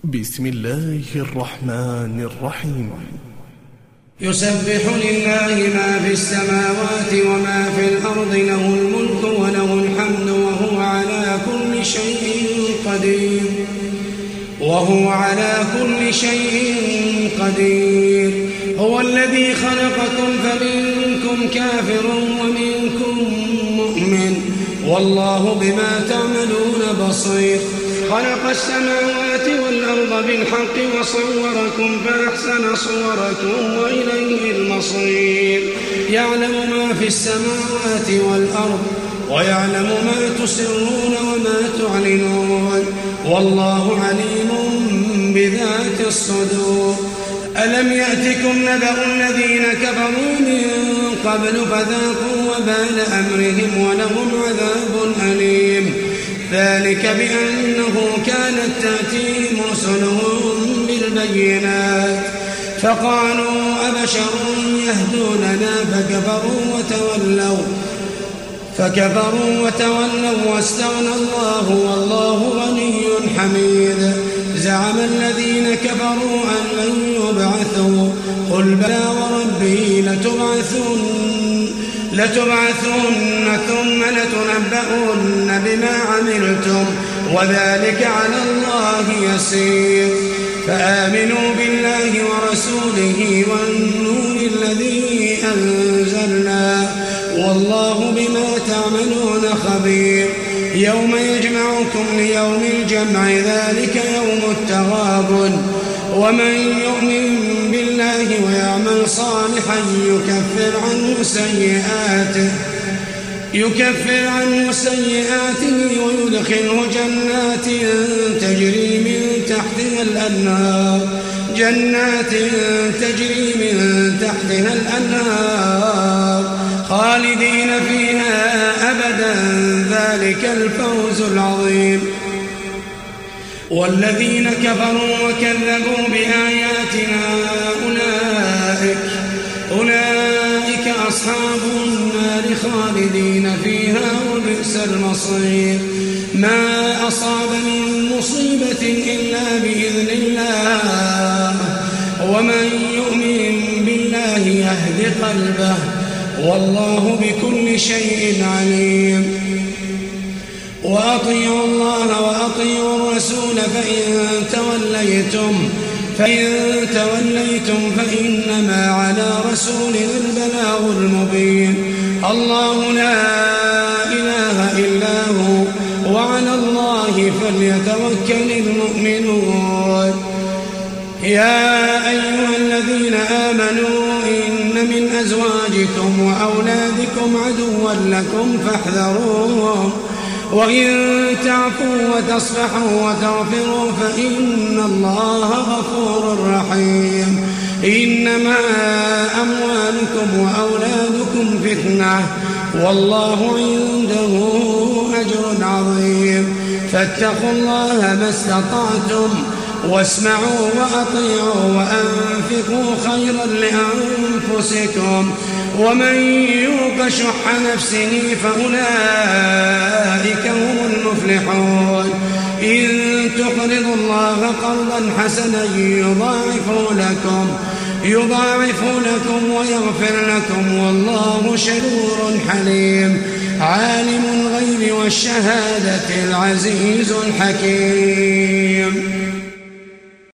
بسم الله الرحمن الرحيم. يسبح لله ما في السماوات وما في الأرض، له الملك وله الحمد وهو على كل شيء قدير. هو الذي خلقكم فمنكم كافر ومنكم مؤمن، والله بما تعملون بصير. خلق السماوات والأرض بالحق وصوركم فأحسن صوركم وإليه المصير. يعلم ما في السماوات والأرض ويعلم ما تسرون وما تعلنون، والله عليم بذات الصدور. ألم يأتكم نبأ الذين كفروا من قبل فذاقوا وبال أمرهم ولهم عذاب أليم. ذلك بأنه كانت تأتيهم رسلهم بالبينات فقالوا أبشر يهدوننا فكفروا وتولوا واستغنى الله والله غني حميد. زعم الذين كفروا أن لن يبعثوا، قل بلى وربي لتبعثن ثم لتنبؤن بما عملتم وذلك على الله يسير. فآمنوا بالله ورسوله والنور الذي أنزلنا، والله بما تعملون خبير. يوم يجمعكم ليوم الجمع دلك يوم التغابن، ومن يؤمن بالله ويعمل صالحا يكفر عنه سيئاته ويدخله جنات تجري من تحتها الأنهار خالدين فيها أبدا، ذلك الفوز العظيم. والذين كفروا وكذبوا بآياتنا أولئك أصحاب النار خالدين فيها وبئس المصير. ما أصاب من مصيبة إلا بإذن الله، ومن يؤمن بالله يهد قلبه، والله بكل شيء عليم. وأطيعوا الله وأطيعوا الرسول فإن توليتم فإنما على رسولنا البلاغ المبين. الله لا إله إلا هو، وعلى الله فليتوكل المؤمنون. يا أيها الذين آمنوا إن من أزواجكم وأولادكم عدوا لكم فاحذروهم، وإن تعفوا وتصفحوا وتغفروا فإن الله غفور رحيم. إنما أموالكم وأولادكم فتنة، والله عنده أجر عظيم. فاتقوا الله ما استطعتم، واسمعوا وأطيعوا وأنفقوا خيرا لأنفسكم، ومن يوق شح نفسه فأولئك هم المفلحون. إن تقرضوا الله قرضا حسنا يضاعف لكم ويغفر لكم، والله شكور حليم. عالم الغيب والشهادة العزيز الحكيم.